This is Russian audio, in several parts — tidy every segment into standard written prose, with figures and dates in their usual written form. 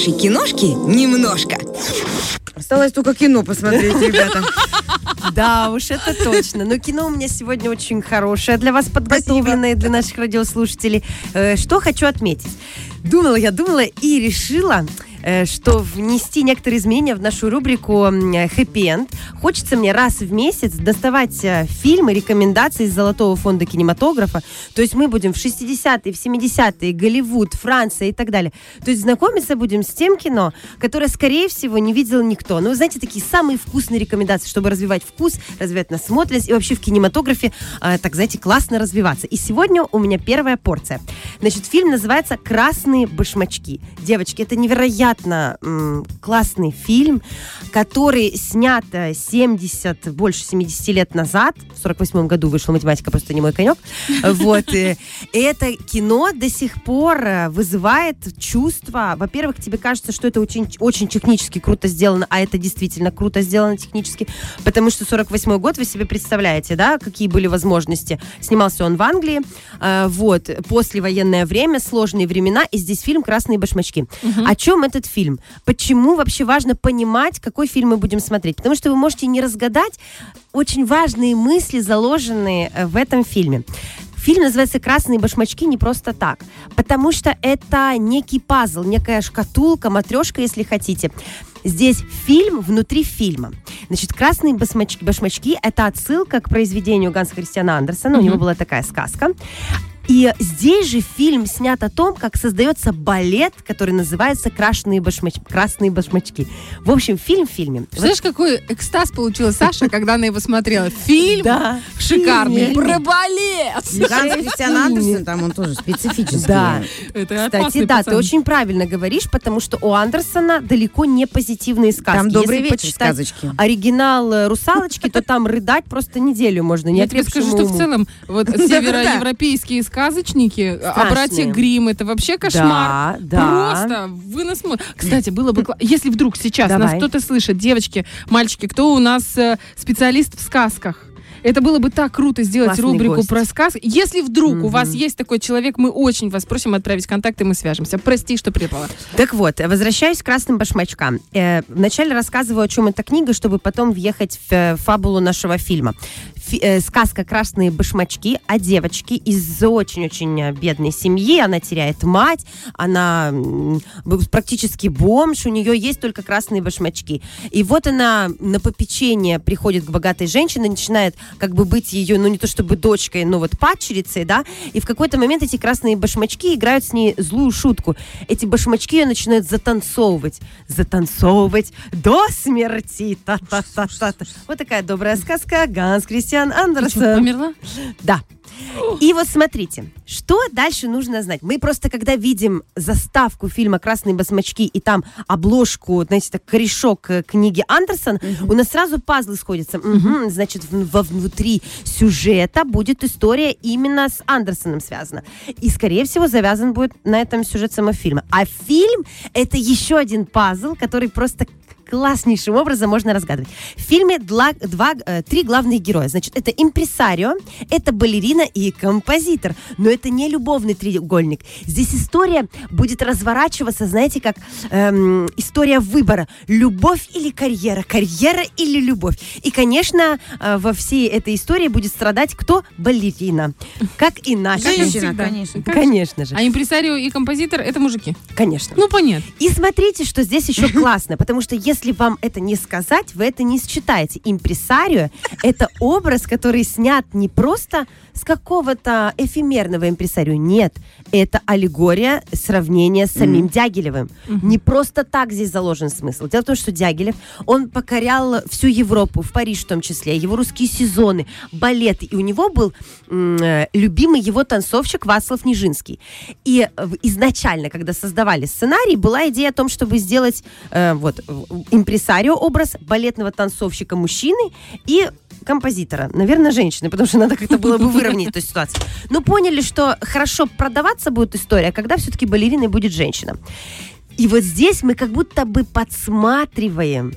нашей киношки немножко. Осталось только кино посмотреть, ребята. Да уж, это точно. Но кино у меня сегодня очень хорошее для вас подготовленное, для наших радиослушателей. Что хочу отметить. Думала и решила, что внести некоторые изменения в нашу рубрику «Хэппи-энд». Хочется мне раз в месяц доставать фильмы, рекомендации из Золотого фонда кинематографа. То есть мы будем в 60-е, в 70-е, Голливуд, Франция и так далее. То есть знакомиться будем с тем кино, которое, скорее всего, не видел никто. Ну, вы знаете, такие самые вкусные рекомендации, чтобы развивать вкус, развивать насмотренность и вообще в кинематографе, так, знаете, классно развиваться. И сегодня у меня первая порция. Значит, фильм называется «Красные башмачки». Девочки, это невероятно классный фильм, который снят больше 70 лет назад. В 48-м году вышла, математика просто не мой конек. Вот. И это кино до сих пор вызывает чувства. Во-первых, тебе кажется, что это очень, очень технически круто сделано, а это действительно круто сделано технически, потому что 48-й год, вы себе представляете, да, какие были возможности. Снимался он в Англии, вот, послевоенное время, сложные времена, и здесь фильм «Красные башмачки». О чем этот фильм? Почему вообще важно понимать, какой фильм мы будем смотреть? Потому что вы можете не разгадать очень важные мысли, заложенные в этом фильме. Фильм называется «Красные башмачки» не просто так, потому что это некий пазл, некая шкатулка, матрешка, если хотите. Здесь фильм внутри фильма. Значит, «Красные башмачки» — это отсылка к произведению Ганса Христиана Андерсена. У него была такая сказка. И здесь же фильм снят о том, как создается балет, который называется «Красные башмачки». В общем, фильм в фильме. Знаешь, какой экстаз получила Саша, когда она его смотрела? Фильм шикарный про балет. Ганс Христиан Андерсен, там он тоже специфический. Да. Это кстати, да, ты очень правильно говоришь, потому что у Андерсона далеко не позитивные сказки. Там «Добрый Если вечер» сказочки. Оригинал «Русалочки», то там рыдать просто неделю можно. Я тебе скажу, что в целом вот североевропейские сказочники, а братья Гримм, это вообще кошмар. Да. Просто вынос. Кстати, было бы если вдруг сейчас Давай. нас кто-то слышит, девочки, мальчики, кто у нас специалист в сказках? Это было бы так круто сделать Классный рубрику гость. про сказки. Если вдруг у вас есть такой человек, мы очень вас просим отправить контакты, мы свяжемся. Прости, что препала. Так вот, возвращаюсь к «Красным башмачкам». Вначале рассказываю, о чем эта книга, чтобы потом въехать в фабулу нашего фильма. Сказка «Красные башмачки» о девочке из очень-очень бедной семьи. Она теряет мать, она практически бомж, у нее есть только красные башмачки. И вот она на попечение приходит к богатой женщине, начинает как бы быть ее, ну не то чтобы дочкой, но вот падчерицей, да, и в какой-то момент эти красные башмачки играют с ней злую шутку. Эти башмачки ее начинают затанцовывать до смерти. Та-та-та-та. Вот такая добрая сказка. Ганс Христиан Андерсен. Ты что, померла? Да. И вот смотрите, что дальше нужно знать. Мы просто, когда видим заставку фильма «Красные башмачки» и там обложку, знаете, так, корешок книги Андерсон, у нас сразу пазлы сходятся. Значит, внутри сюжета будет история именно с Андерсоном связана. И, скорее всего, завязан будет на этом сюжет самого фильма. А фильм — это еще один пазл, который просто класснейшим образом можно разгадывать. В фильме три главных героя. Значит, это импресарио, это балерина и композитор. Но это не любовный треугольник. Здесь история будет разворачиваться, знаете, как история выбора. Любовь или карьера? Карьера или любовь? И, конечно, во всей этой истории будет страдать кто? Балерина. Как иначе? Женщина, конечно. Конечно же. А импресарио и композитор — это мужики. Конечно. Ну, понятно. И смотрите, что здесь еще классно, потому что если вам это не сказать, вы это не считаете. Импресарио — это образ, который снят не просто с какого-то эфемерного импресарио. Нет, это аллегория, сравнение с самим Дягилевым. Не просто так здесь заложен смысл. Дело в том, что Дягилев, он покорял всю Европу, в Париж в том числе, его русские сезоны, балеты. И у него был любимый его танцовщик Вацлав Нижинский. И изначально, когда создавали сценарий, была идея о том, чтобы сделать импресарио образ балетного танцовщика мужчины и композитора. Наверное, женщины, потому что надо как-то было бы выровнять эту ситуацию. Но поняли, что хорошо продаваться будет история, когда все-таки балериной будет женщина. И вот здесь мы как будто бы подсматриваем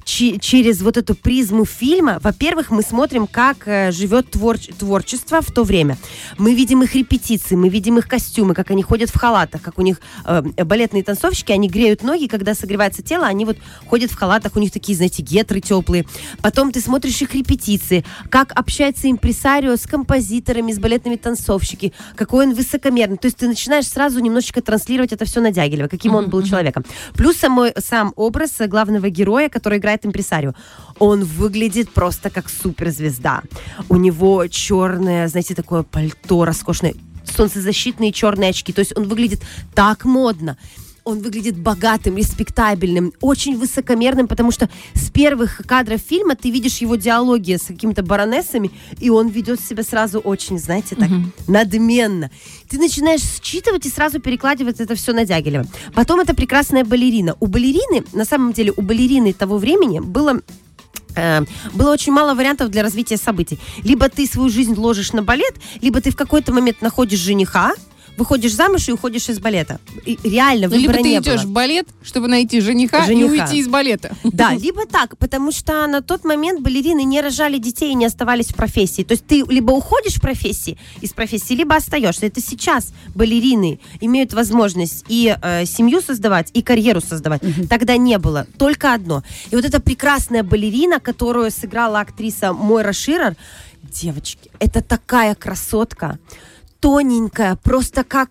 через вот эту призму фильма, во-первых, мы смотрим, как живет творчество в то время. Мы видим их репетиции, мы видим их костюмы, как они ходят в халатах, как у них балетные танцовщики, они греют ноги, когда согревается тело, они вот ходят в халатах, у них такие, знаете, гетры теплые. Потом ты смотришь их репетиции, как общается импресарио с композиторами, с балетными танцовщиками, какой он высокомерный. То есть ты начинаешь сразу немножечко транслировать это все на Дягилева, каким он был человеком. Плюс сам образ главного героя, который играет импресарио. Он выглядит просто как суперзвезда. У него черное, знаете, такое пальто роскошное, солнцезащитные черные очки. То есть он выглядит так модно. Он выглядит богатым, респектабельным, очень высокомерным, потому что с первых кадров фильма ты видишь его диалоги с какими-то баронессами, и он ведет себя сразу очень, знаете, так надменно. Ты начинаешь считывать и сразу перекладывать это все на Дягилева. Потом это прекрасная балерина. У балерины того времени было очень мало вариантов для развития событий. Либо ты свою жизнь ложишь на балет, либо ты в какой-то момент находишь жениха, выходишь замуж и уходишь из балета. И реально выбора не было. Либо ты идешь в балет, чтобы найти жениха и уйти из балета. Да, либо так, потому что на тот момент балерины не рожали детей и не оставались в профессии. То есть ты либо уходишь из профессии, либо остаешься. Это сейчас балерины имеют возможность и семью создавать, и карьеру создавать. Тогда не было. Только одно. И вот эта прекрасная балерина, которую сыграла актриса Мойра Ширер, девочки, это такая красотка. Тоненькая, просто как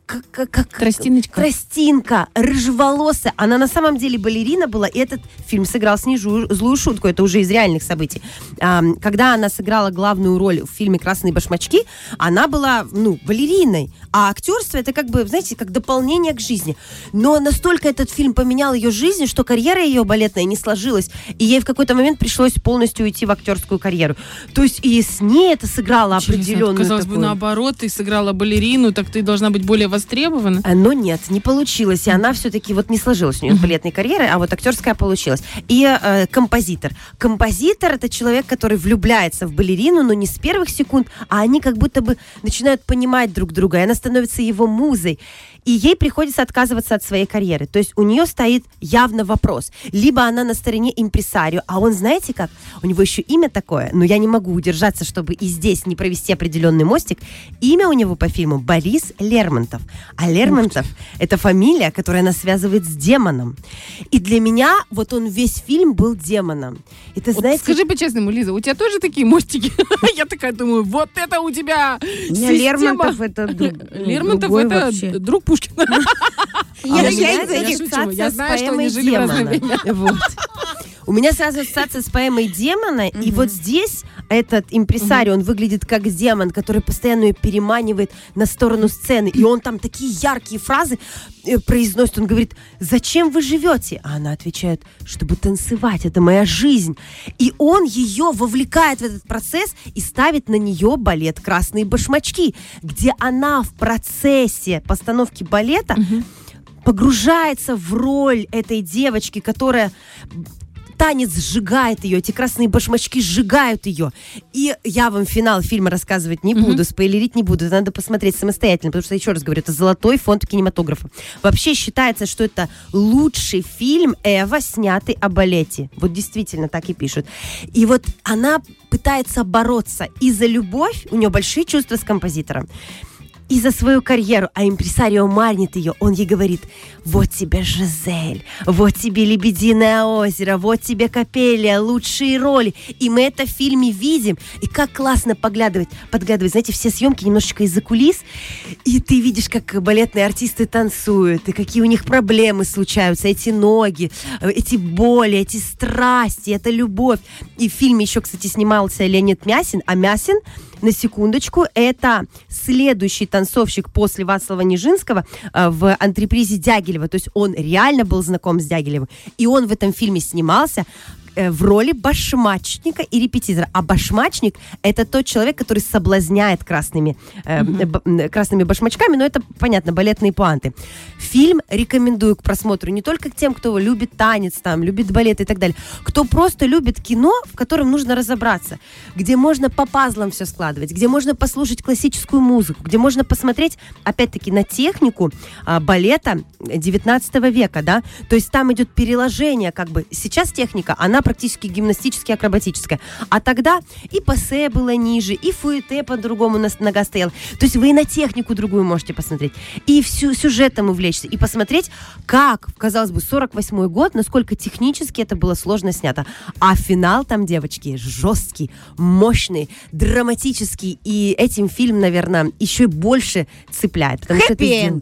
тростинка, рыжеволосая. Она на самом деле балерина была, и этот фильм сыграл с ней злую шутку. Это уже из реальных событий. Когда она сыграла главную роль в фильме «Красные башмачки», она была, балериной. А актерство — это знаете, как дополнение к жизни. Но настолько этот фильм поменял ее жизнь, что карьера ее балетная не сложилась. И ей в какой-то момент пришлось полностью уйти в актерскую карьеру. То есть и с ней это сыграло определенную казалось бы, наоборот, ты сыграла балерину, так ты должна быть более востребована. Но нет, не получилось. И она все-таки не сложилась у нее балетной карьеры, а вот актерская получилась. И композитор. Композитор — это человек, который влюбляется в балерину, но не с первых секунд, а они как будто бы начинают понимать друг друга, и она становится его музой. И ей приходится отказываться от своей карьеры. То есть у нее стоит явно вопрос. Либо она на стороне импресарио, а он, знаете как? У него еще имя такое, но я не могу удержаться, чтобы и здесь не провести определенный мостик. Имя у него по фильму Борис Лермонтов. А Лермонтов — это фамилия, которая нас связывает с демоном. И для меня он весь фильм был демоном. И ты знаете... Скажи по-честному, Лиза, у тебя тоже такие мостики? Я такая думаю, вот это у тебя система. Лермонтов — это Лермонтов — это друг Пушкина. Я знаю, что они жили в разное время. У меня сразу ассоциация с поэмой «Демона», и вот здесь этот импресарио, он выглядит как демон, который постоянно ее переманивает на сторону сцены, и он там такие яркие фразы произносит, он говорит: «Зачем вы живете?» А она отвечает: «Чтобы танцевать, это моя жизнь». И он ее вовлекает в этот процесс и ставит на нее балет «Красные башмачки», где она в процессе постановки балета погружается в роль этой девочки, которая... Танец сжигает ее, эти красные башмачки сжигают ее. И я вам финал фильма рассказывать не буду, спойлерить не буду. Это надо посмотреть самостоятельно, потому что, еще раз говорю, это золотой фонд кинематографа. Вообще считается, что это лучший фильм Эва, снятый о балете. Вот действительно так и пишут. И вот она пытается бороться и за любовь, у нее большие чувства с композитором, и за свою карьеру, а импресарио манит ее. Он ей говорит: вот тебе Жизель, вот тебе Лебединое озеро, вот тебе Капелия, лучшие роли. И мы это в фильме видим. И как классно подглядывать. Знаете, все съемки немножечко из-за кулис, и ты видишь, как балетные артисты танцуют, и какие у них проблемы случаются, эти ноги, эти боли, эти страсти, эта любовь. И в фильме еще, кстати, снимался Леонид Мясин, а Мясин, на секундочку, это следующий танцовщик после Вацлава Нижинского в антрепризе Дягилева. То есть он реально был знаком с Дягилевым. И он в этом фильме снимался в роли башмачника и репетитора. А башмачник — это тот человек, который соблазняет красными башмачками, но это, понятно, балетные пуанты. Фильм рекомендую к просмотру не только к тем, кто любит танец, любит балет и так далее, кто просто любит кино, в котором нужно разобраться, где можно по пазлам все складывать, где можно послушать классическую музыку, где можно посмотреть, опять-таки, на технику балета 19 века, да, то есть там идет переложение, сейчас техника, она практически гимнастическое, акробатическое. А тогда и пассе было ниже, и фуэте по-другому нога стояла. То есть вы и на технику другую можете посмотреть, и всю сюжетом увлечься, и посмотреть, как, казалось бы, 48-й год, насколько технически это было сложно снято. А финал там, девочки, жесткий, мощный, драматический, и этим фильм, наверное, еще больше цепляет. Хэппи-энд.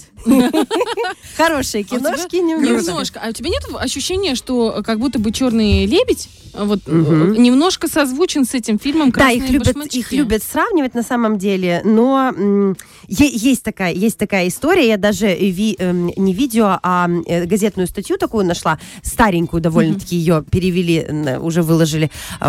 Хорошие киношки, немножко. А у тебя нет ощущения, что как будто бы «Черный лебедь» вот немножко созвучен с этим фильмом «Красные башмачки»? Их любят сравнивать на самом деле, но есть такая история. Я даже не видео, а газетную статью такую нашла, старенькую довольно-таки, ее перевели, уже выложили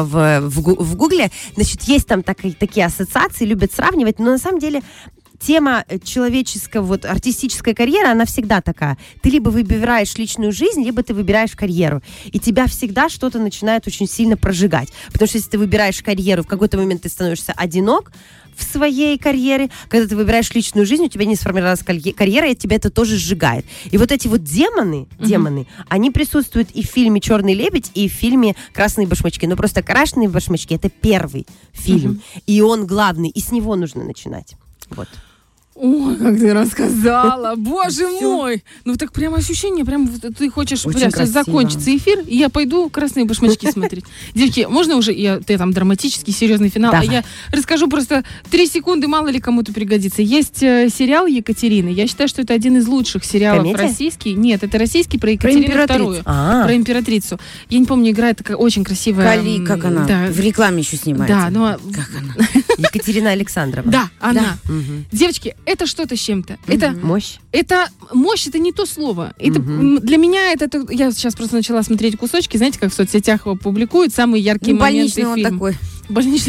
в Гугле. Значит, есть там такие ассоциации, любят сравнивать, но на самом деле тема человеческого, вот, артистической карьеры, она всегда такая. Ты либо выбираешь личную жизнь, либо ты выбираешь карьеру. И тебя всегда что-то начинает очень сильно прожигать. Потому что если ты выбираешь карьеру, в какой-то момент ты становишься одинок в своей карьере. Когда ты выбираешь личную жизнь, у тебя не сформировалась карьера, и тебя это тоже сжигает. И вот эти вот демоны, они присутствуют и в фильме «Черный лебедь», и в фильме «Красные башмачки». Но просто «Красные башмачки» — это первый фильм. И он главный, и с него нужно начинать. Вот. Ой, как ты рассказала, боже мой! Ну так прямо ощущение, прям ты хочешь прям сейчас закончится эфир, и я пойду «Красные башмачки» смотреть. Девки, можно уже, ты там драматический, серьезный финал, а я расскажу просто 3 секунды, мало ли кому-то пригодится. Есть сериал «Екатерина». Я считаю, что это один из лучших сериалов российский. Нет, это российский про Екатерину II. Про императрицу. Я не помню, играет такая очень красивая... Кали, как она? Да. В рекламе еще снимается. Да, но... Как она? Екатерина Александровна. Да, она. Девочки, это что-то с чем-то. Это мощь. Это мощь, это не то слово. Это, для меня это... Я сейчас просто начала смотреть кусочки, знаете, как в соцсетях публикуют самые яркие моменты фильма. Больничный он такой. Больничный.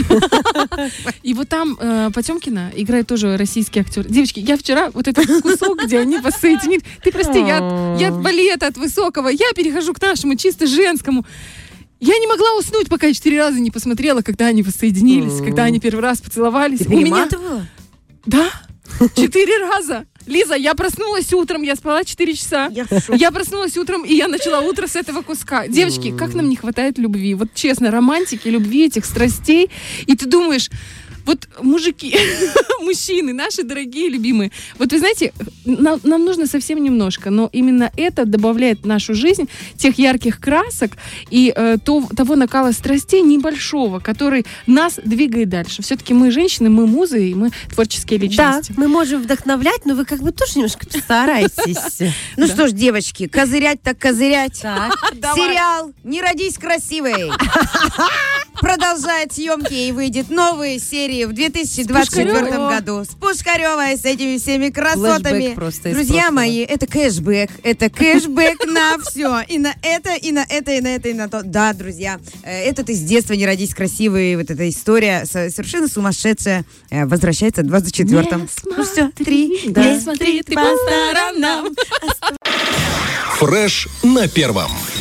И вот там Потемкина играет тоже российский актер. Девочки, я вчера вот этот кусок, где они воссоединились... Ты прости, я от балета, от высокого, я перехожу к нашему чисто женскому. Я не могла уснуть, пока я 4 раза не посмотрела, когда они воссоединились, когда они первый раз поцеловались. Ты перематывала? Да, 4 раза. Лиза, я проснулась утром, я спала 4 часа. Я проснулась утром, и я начала утро с этого куска. Девочки, как нам не хватает любви. Вот честно, романтики, любви, этих страстей. И ты думаешь... Вот мужики, мужчины, наши дорогие, любимые. Вот вы знаете, нам нужно совсем немножко, но именно это добавляет в нашу жизнь тех ярких красок и того накала страстей небольшого, который нас двигает дальше. Все-таки мы женщины, мы музы, и мы творческие личности. Да, мы можем вдохновлять, но вы как бы тоже немножко постарайтесь. Ну что ж, девочки, козырять так козырять. Сериал «Не родись красивой» продолжает съемки, и выйдет новые серии в 2024 году с Пушкаревой, с этими всеми красотами. Друзья мои, это кэшбэк на все. И на это, и на это, и на это, и на то. Да, друзья, этот из детства «Не родись красивой», вот эта история совершенно сумасшедшая, возвращается в 24-м. Ну все, 3, не смотри ты по сторонам. Фреш на первом.